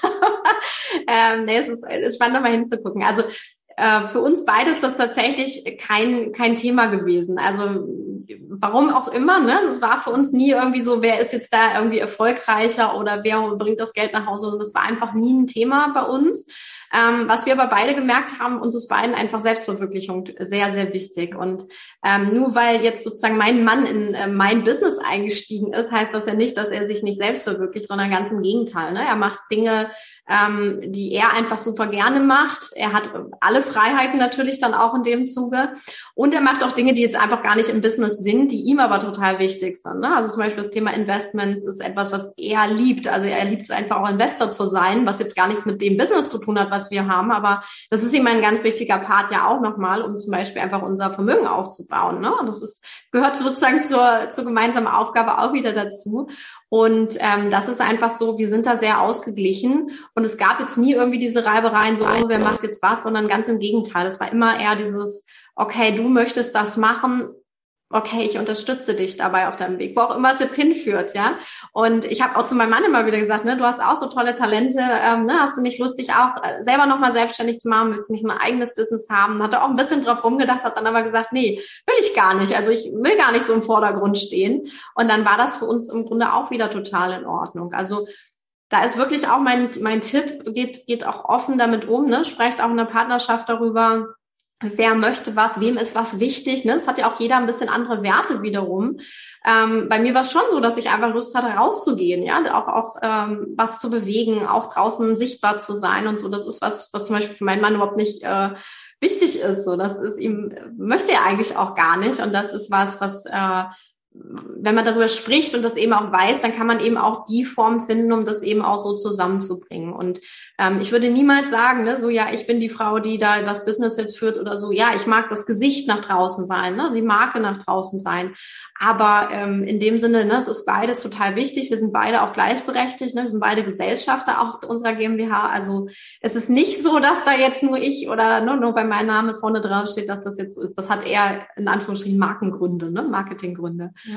ähm, nee, es ist, es ist spannend, mal hinzugucken. Also äh, für uns beide ist das tatsächlich kein kein Thema gewesen. Also warum auch immer, ne? Das war für uns nie irgendwie so, wer ist jetzt da irgendwie erfolgreicher oder wer bringt das Geld nach Hause. Das war einfach nie ein Thema bei uns. Ähm, was wir aber beide gemerkt haben, uns ist beiden einfach Selbstverwirklichung sehr, sehr wichtig. Und ähm, nur weil jetzt sozusagen mein Mann in äh, mein Business eingestiegen ist, heißt das ja nicht, dass er sich nicht selbst verwirklicht, sondern ganz im Gegenteil. Ne? Er macht Dinge, ähm, die er einfach super gerne macht. Er hat alle Freiheiten natürlich dann auch in dem Zuge. Und er macht auch Dinge, die jetzt einfach gar nicht im Business sind, die ihm aber total wichtig sind. Ne? Also zum Beispiel das Thema Investments ist etwas, was er liebt. Also er liebt es einfach auch Investor zu sein, was jetzt gar nichts mit dem Business zu tun hat, was wir haben. Aber das ist ihm ein ganz wichtiger Part ja auch nochmal, um zum Beispiel einfach unser Vermögen aufzubauen. Ne? Und das ist, gehört sozusagen zur, zur gemeinsamen Aufgabe auch wieder dazu. Und ähm, das ist einfach so, wir sind da sehr ausgeglichen und es gab jetzt nie irgendwie diese Reibereien, so, oh, wer macht jetzt was, sondern ganz im Gegenteil. Es war immer eher dieses, okay, du möchtest das machen, okay, ich unterstütze dich dabei auf deinem Weg, wo auch immer es jetzt hinführt, ja. Und ich habe auch zu meinem Mann immer wieder gesagt, ne, du hast auch so tolle Talente, ähm, ne, hast du nicht Lust, dich auch selber nochmal selbstständig zu machen, willst du nicht mal ein eigenes Business haben? Hat er auch ein bisschen drauf rumgedacht, hat dann aber gesagt, nee, will ich gar nicht. Also ich will gar nicht so im Vordergrund stehen. Und dann war das für uns im Grunde auch wieder total in Ordnung. Also da ist wirklich auch mein mein Tipp, geht geht auch offen damit um, ne, sprecht auch in der Partnerschaft darüber, wer möchte was, wem ist was wichtig. Ne? Das hat ja auch jeder ein bisschen andere Werte wiederum. Ähm, bei mir war es schon so, dass ich einfach Lust hatte, rauszugehen, ja, auch auch ähm, was zu bewegen, auch draußen sichtbar zu sein und so. Das ist was, was zum Beispiel für meinen Mann überhaupt nicht äh, wichtig ist. So, das ist ihm möchte er eigentlich auch gar nicht. Und das ist was, was äh, wenn man darüber spricht und das eben auch weiß, dann kann man eben auch die Form finden, um das eben auch so zusammenzubringen. Und ähm, ich würde niemals sagen, ne, so ja, ich bin die Frau, die da das Business jetzt führt oder so. Ja, ich mag das Gesicht nach draußen sein, ne, die Marke nach draußen sein. Aber ähm, in dem Sinne, ne, es ist beides total wichtig. Wir sind beide auch gleichberechtigt, ne, wir sind beide Gesellschafter auch unserer GmbH. Also es ist nicht so, dass da jetzt nur ich oder ne, nur weil mein Name vorne drauf steht, dass das jetzt so ist. Das hat eher in Anführungsstrichen Markengründe, ne, Marketinggründe. Ja.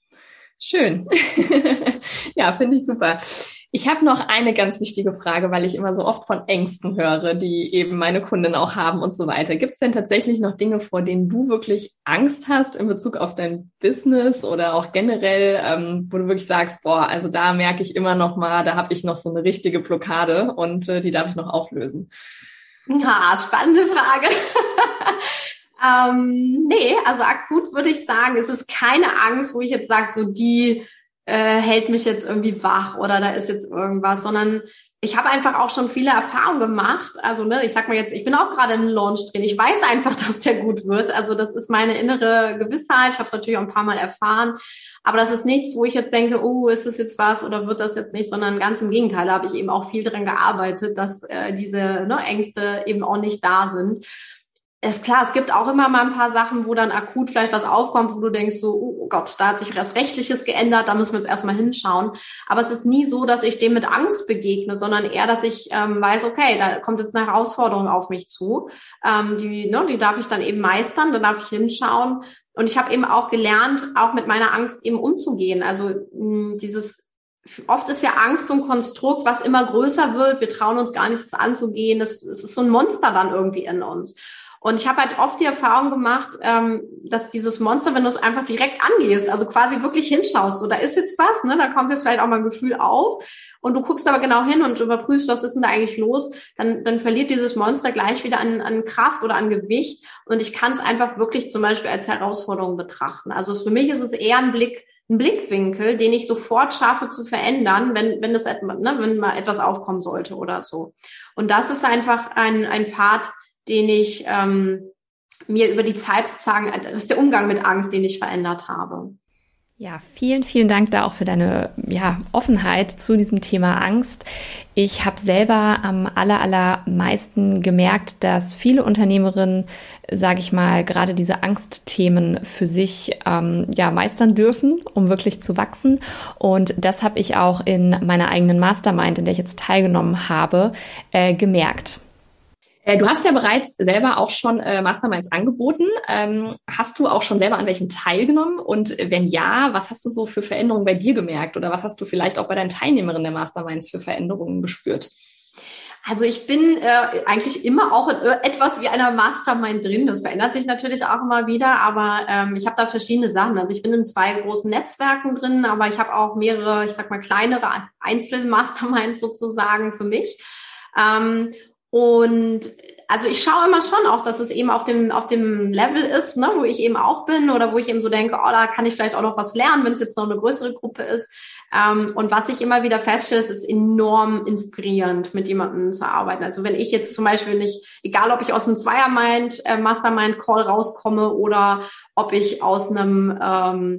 Schön. Ja, finde ich super. Ich habe noch eine ganz wichtige Frage, weil ich immer so oft von Ängsten höre, die eben meine Kunden auch haben und so weiter. Gibt es denn tatsächlich noch Dinge, vor denen du wirklich Angst hast in Bezug auf dein Business oder auch generell, ähm, wo du wirklich sagst, boah, also da merke ich immer noch mal, da habe ich noch so eine richtige Blockade und äh, die darf ich noch auflösen? Ja, spannende Frage. Ähm, nee, also akut würde ich sagen, es ist keine Angst, wo ich jetzt sage, so die äh, hält mich jetzt irgendwie wach oder da ist jetzt irgendwas, sondern ich habe einfach auch schon viele Erfahrungen gemacht. Also ne, ich sag mal jetzt, ich bin auch gerade in einem Launch drin. Ich weiß einfach, dass der gut wird. Also das ist meine innere Gewissheit. Ich habe es natürlich auch ein paar Mal erfahren. Aber das ist nichts, wo ich jetzt denke, oh, ist das jetzt was oder wird das jetzt nicht, sondern ganz im Gegenteil. Da habe ich eben auch viel dran gearbeitet, dass äh, diese ne, Ängste eben auch nicht da sind. ist klar, es gibt auch immer mal ein paar Sachen, wo dann akut vielleicht was aufkommt, wo du denkst so, oh Gott, da hat sich was Rechtliches geändert, da müssen wir jetzt erstmal hinschauen. Aber es ist nie so, dass ich dem mit Angst begegne, sondern eher, dass ich ähm, weiß, okay, da kommt jetzt eine Herausforderung auf mich zu. Ähm, die, ne, die darf ich dann eben meistern, dann darf ich hinschauen. Und ich habe eben auch gelernt, auch mit meiner Angst eben umzugehen. Also mh, dieses Oft ist ja Angst so ein Konstrukt, was immer größer wird. Wir trauen uns gar nicht, das anzugehen. Das, das ist so ein Monster dann irgendwie in uns. Und ich habe halt oft die Erfahrung gemacht, ähm, dass dieses Monster, wenn du es einfach direkt angehst, also quasi wirklich hinschaust, so da ist jetzt was, ne, da kommt jetzt vielleicht auch mal ein Gefühl auf und du guckst aber genau hin und überprüfst, was ist denn da eigentlich los, dann dann verliert dieses Monster gleich wieder an, an Kraft oder an Gewicht und ich kann es einfach wirklich zum Beispiel als Herausforderung betrachten. Also für mich ist es eher ein Blick, ein Blickwinkel, den ich sofort schaffe zu verändern, wenn wenn das etwa, ne, wenn mal etwas aufkommen sollte oder so. Und das ist einfach ein ein Part, den ich ähm, mir über die Zeit sozusagen, das ist der Umgang mit Angst, den ich verändert habe. Ja, vielen, vielen Dank da auch für deine ja, Offenheit zu diesem Thema Angst. Ich habe selber am aller, allermeisten gemerkt, dass viele Unternehmerinnen, sage ich mal, gerade diese Angstthemen für sich ähm, ja meistern dürfen, um wirklich zu wachsen. Und das habe ich auch in meiner eigenen Mastermind, in der ich jetzt teilgenommen habe, äh, gemerkt. Du hast ja bereits selber auch schon äh, Masterminds angeboten. Ähm, hast du auch schon selber an welchen teilgenommen? Und wenn ja, was hast du so für Veränderungen bei dir gemerkt? Oder was hast du vielleicht auch bei deinen Teilnehmerinnen der Masterminds für Veränderungen gespürt? Also ich bin äh, eigentlich immer auch in etwas wie einer Mastermind drin. Das verändert sich natürlich auch immer wieder, aber ähm, ich habe da verschiedene Sachen. Also ich bin in zwei großen Netzwerken drin, aber ich habe auch mehrere, ich sag mal, kleinere Einzel-Masterminds sozusagen für mich. Ähm, Und also ich schaue immer schon auch, dass es eben auf dem auf dem Level ist, ne, wo ich eben auch bin oder wo ich eben so denke, oh, da kann ich vielleicht auch noch was lernen, wenn es jetzt noch eine größere Gruppe ist. Ähm, und was ich immer wieder feststelle, es ist enorm inspirierend, mit jemandem zu arbeiten. Also wenn ich jetzt zum Beispiel nicht, egal ob ich aus einem Zweier-Mind, äh, Mastermind-Call rauskomme oder ob ich aus einem ähm,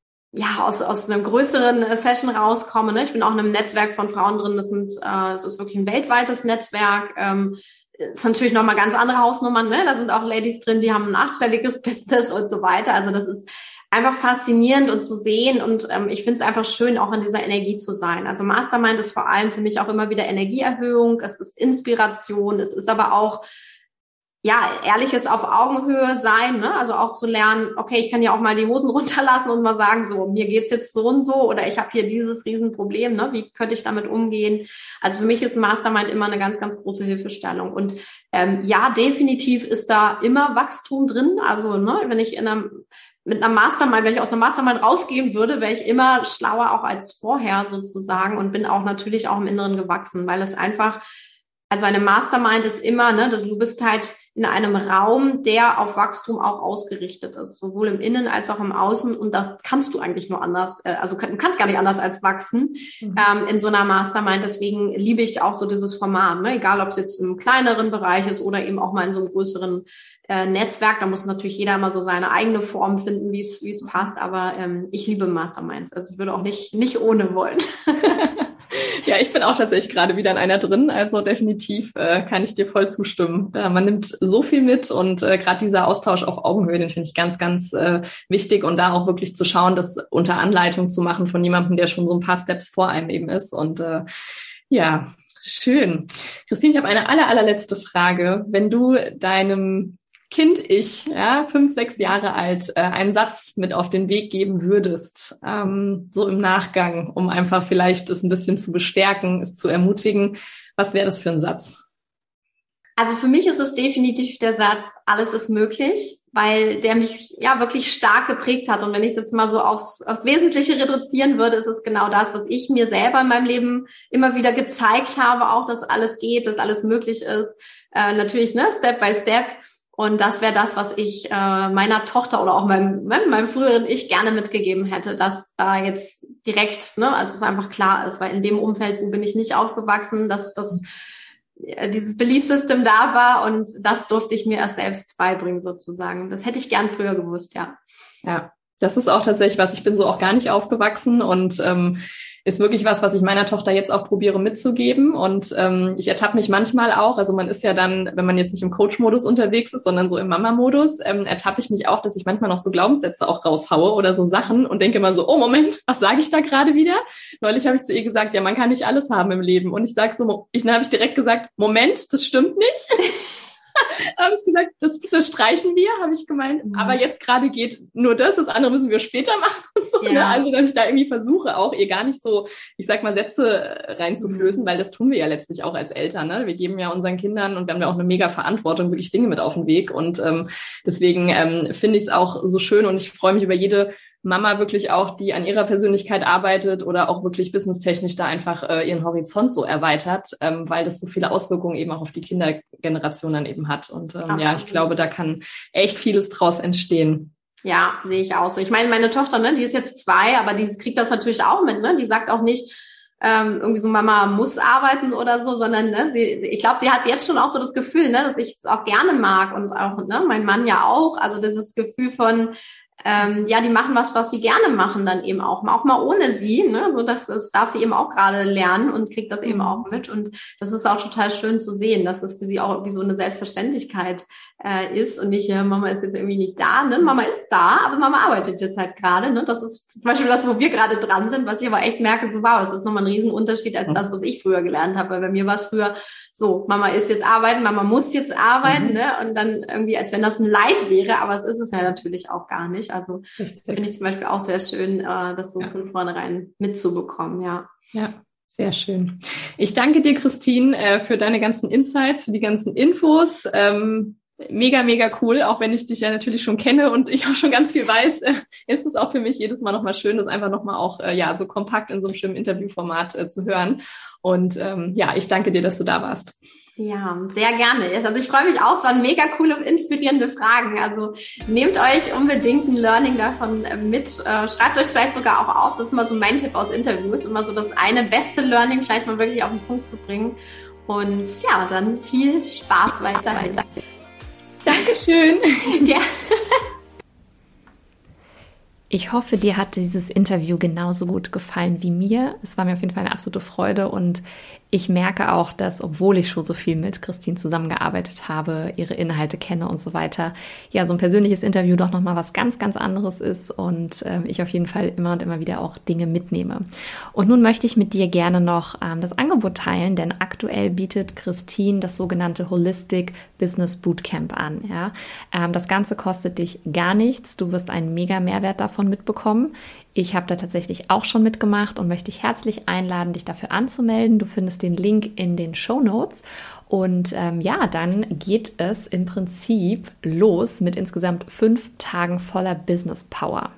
ja, aus, aus einer größeren äh, Session rauskomme. Ne? Ich bin auch in einem Netzwerk von Frauen drin. Das sind, äh, es ist wirklich ein weltweites Netzwerk. Ähm, ist natürlich nochmal ganz andere Hausnummern. Ne? Da sind auch Ladies drin, die haben ein achtstelliges Business und so weiter. Also das ist einfach faszinierend und zu sehen. Und ähm, ich finde es einfach schön, auch in dieser Energie zu sein. Also Mastermind ist vor allem für mich auch immer wieder Energieerhöhung. Es ist Inspiration. Es ist aber auch ja, ehrliches auf Augenhöhe sein, ne? Also auch zu lernen, okay, ich kann ja auch mal die Hosen runterlassen und mal sagen, so, mir geht's jetzt so und so oder ich habe hier dieses Riesenproblem, ne? Wie könnte ich damit umgehen? Also für mich ist Mastermind immer eine ganz, ganz große Hilfestellung. Und ähm, ja, definitiv ist da immer Wachstum drin. Also, ne, wenn ich in einem mit einer Mastermind, wenn ich aus einer Mastermind rausgehen würde, wäre ich immer schlauer auch als vorher sozusagen und bin auch natürlich auch im Inneren gewachsen, weil es einfach Also eine Mastermind ist immer, ne, du bist halt in einem Raum, der auf Wachstum auch ausgerichtet ist, sowohl im Innen als auch im Außen. Und das kannst du eigentlich nur anders, äh, also du kannst gar nicht anders als wachsen mhm. ähm, in so einer Mastermind. Deswegen liebe ich auch so dieses Format, ne? Egal ob es jetzt im kleineren Bereich ist oder eben auch mal in so einem größeren äh, Netzwerk. Da muss natürlich jeder immer so seine eigene Form finden, wie es wie es passt. Aber ähm, ich liebe Masterminds. Also ich würde auch nicht nicht ohne wollen. Ja, ich bin auch tatsächlich gerade wieder in einer drin, also definitiv äh, kann ich dir voll zustimmen. Äh, man nimmt so viel mit und äh, gerade dieser Austausch auf Augenhöhe, den finde ich ganz, ganz äh, wichtig und da auch wirklich zu schauen, das unter Anleitung zu machen von jemandem, der schon so ein paar Steps vor einem eben ist und äh, ja, schön. Christine, ich habe eine aller, allerletzte Frage. Wenn du deinem Kind-Ich, ja, fünf, sechs Jahre alt, äh, einen Satz mit auf den Weg geben würdest, ähm, so im Nachgang, um einfach vielleicht es ein bisschen zu bestärken, es zu ermutigen, was wäre das für ein Satz? Also für mich ist es definitiv der Satz, alles ist möglich, weil der mich ja wirklich stark geprägt hat. Und wenn ich das mal so aufs, aufs Wesentliche reduzieren würde, ist es genau das, was ich mir selber in meinem Leben immer wieder gezeigt habe, auch, dass alles geht, dass alles möglich ist. Äh, natürlich, ne, Step by Step. Und das wäre das, was ich äh, meiner Tochter oder auch meinem, meinem früheren Ich gerne mitgegeben hätte, dass da jetzt direkt, ne, also es einfach klar ist, weil in dem Umfeld so bin ich nicht aufgewachsen, dass das äh, dieses Belief System da war und das durfte ich mir erst selbst beibringen sozusagen. Das hätte ich gern früher gewusst, ja. Ja, das ist auch tatsächlich was, ich bin so auch gar nicht aufgewachsen und ähm, ist wirklich was, was ich meiner Tochter jetzt auch probiere mitzugeben. Und ähm, ich ertappe mich manchmal auch, also man ist ja dann, wenn man jetzt nicht im Coach-Modus unterwegs ist, sondern so im Mama-Modus, ähm, ertappe ich mich auch, dass ich manchmal noch so Glaubenssätze auch raushaue oder so Sachen und denke mal so, oh Moment, was sage ich da gerade wieder? Neulich habe ich zu ihr gesagt, ja, man kann nicht alles haben im Leben. Und ich sage so, ich, dann habe ich direkt gesagt, Moment, das stimmt nicht. habe ich gesagt, das, das streichen wir, habe ich gemeint. Mhm. Aber jetzt gerade geht nur das, das andere müssen wir später machen. Und so, ja. ne? Also, dass ich da irgendwie versuche, auch ihr gar nicht so, ich sag mal, Sätze reinzuflößen, mhm. weil das tun wir ja letztlich auch als Eltern. Ne? Wir geben ja unseren Kindern und wir haben ja auch eine mega Verantwortung, wirklich Dinge mit auf den Weg. Und ähm, deswegen ähm, finde ich es auch so schön und ich freue mich über jede Mama wirklich auch, die an ihrer Persönlichkeit arbeitet oder auch wirklich businesstechnisch da einfach äh, ihren Horizont so erweitert, ähm, weil das so viele Auswirkungen eben auch auf die Kindergeneration dann eben hat. Und ähm, ja, ich glaube, da kann echt vieles draus entstehen. Ja, sehe ich auch so. Ich meine, meine Tochter, ne, die ist jetzt zwei, aber die kriegt das natürlich auch mit, ne? Die sagt auch nicht, ähm, irgendwie so Mama muss arbeiten oder so, sondern ne, sie, ich glaube, sie hat jetzt schon auch so das Gefühl, ne, dass ich es auch gerne mag und auch, ne, mein Mann ja auch. Also dieses Gefühl von Ähm, ja, die machen was, was sie gerne machen dann eben auch, auch mal ohne sie, ne, so dass das darf sie eben auch gerade lernen und kriegt das eben auch mit und das ist auch total schön zu sehen, dass das für sie auch irgendwie so eine Selbstverständlichkeit äh, ist und nicht, äh, Mama ist jetzt irgendwie nicht da, ne, Mama ist da, aber Mama arbeitet jetzt halt gerade, ne, das ist zum Beispiel das, wo wir gerade dran sind, was ich aber echt merke, so wow, es ist nochmal ein Riesenunterschied als das, was ich früher gelernt habe, weil bei mir war es früher so, Mama ist jetzt arbeiten, Mama muss jetzt arbeiten, mhm. ne? Und dann irgendwie, als wenn das ein Leid wäre, aber es ist es ja natürlich auch gar nicht. Also das finde ich zum Beispiel auch sehr schön, äh, das so ja. von vornherein mitzubekommen, ja. Ja, sehr schön. Ich danke dir, Christine, äh, für deine ganzen Insights, für die ganzen Infos. Ähm, mega, mega cool, auch wenn ich dich ja natürlich schon kenne und ich auch schon ganz viel weiß, äh, ist es auch für mich jedes Mal nochmal schön, das einfach nochmal auch äh, ja so kompakt in so einem schönen Interviewformat äh, zu hören. Und ähm, ja, ich danke dir, dass du da warst. Ja, sehr gerne. Also ich freue mich auch, es waren mega coole, inspirierende Fragen. Also nehmt euch unbedingt ein Learning davon mit. Schreibt euch vielleicht sogar auch auf. Das ist immer so mein Tipp aus Interviews, immer so das eine beste Learning vielleicht mal wirklich auf den Punkt zu bringen. Und ja, dann viel Spaß weiterhin. Dankeschön. Gerne. Ich hoffe, dir hat dieses Interview genauso gut gefallen wie mir. Es war mir auf jeden Fall eine absolute Freude und ich merke auch, dass, obwohl ich schon so viel mit Christine zusammengearbeitet habe, ihre Inhalte kenne und so weiter, ja, so ein persönliches Interview doch nochmal was ganz, ganz anderes ist und äh, ich auf jeden Fall immer und immer wieder auch Dinge mitnehme. Und nun möchte ich mit dir gerne noch ähm, das Angebot teilen, denn aktuell bietet Christine das sogenannte Holistic Business Bootcamp an. Ja? Ähm, das Ganze kostet dich gar nichts. Du wirst einen mega Mehrwert davon mitbekommen. Ich habe da tatsächlich auch schon mitgemacht und möchte dich herzlich einladen, dich dafür anzumelden. Du findest den Link in den Shownotes. Und ähm, ja, dann geht es im Prinzip los mit insgesamt fünf Tagen voller Business Power.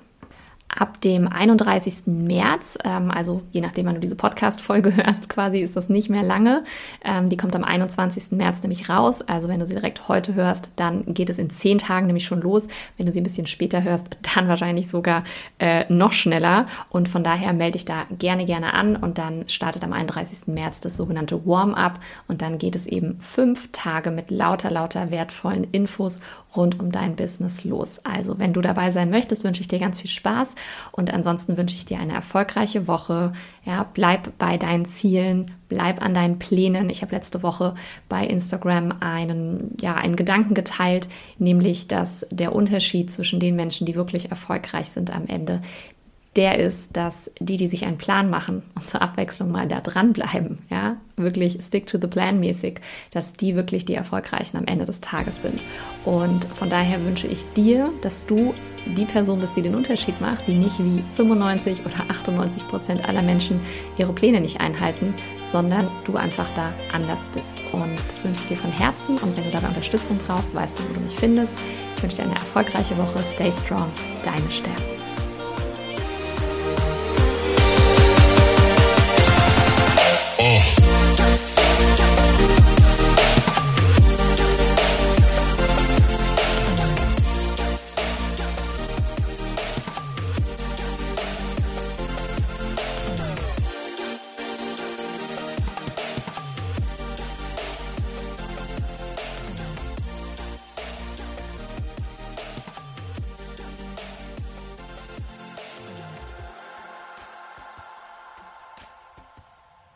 Ab dem einunddreißigsten März, ähm, also je nachdem, wann du diese Podcast-Folge hörst, quasi ist das nicht mehr lange. Ähm, die kommt am einundzwanzigsten März nämlich raus. Also wenn du sie direkt heute hörst, dann geht es in zehn Tagen nämlich schon los. Wenn du sie ein bisschen später hörst, dann wahrscheinlich sogar äh, noch schneller. Und von daher melde dich da gerne, gerne an. Und dann startet am einunddreißigsten März das sogenannte Warm-up. Und dann geht es eben fünf Tage mit lauter, lauter wertvollen Infos rund um dein Business los. Also wenn du dabei sein möchtest, wünsche ich dir ganz viel Spaß. Und ansonsten wünsche ich dir eine erfolgreiche Woche. Ja, bleib bei deinen Zielen, bleib an deinen Plänen. Ich habe letzte Woche bei Instagram einen, ja, einen Gedanken geteilt, nämlich, dass der Unterschied zwischen den Menschen, die wirklich erfolgreich sind am Ende, der ist, dass die, die sich einen Plan machen und zur Abwechslung mal da dranbleiben, ja, wirklich stick to the plan mäßig, dass die wirklich die Erfolgreichen am Ende des Tages sind. Und von daher wünsche ich dir, dass du die Person bist, die den Unterschied macht, die nicht wie fünfundneunzig oder achtundneunzig Prozent aller Menschen ihre Pläne nicht einhalten, sondern du einfach da anders bist. Und das wünsche ich dir von Herzen. Und wenn du dabei Unterstützung brauchst, weißt du, wo du mich findest. Ich wünsche dir eine erfolgreiche Woche. Stay strong, deine Stärke.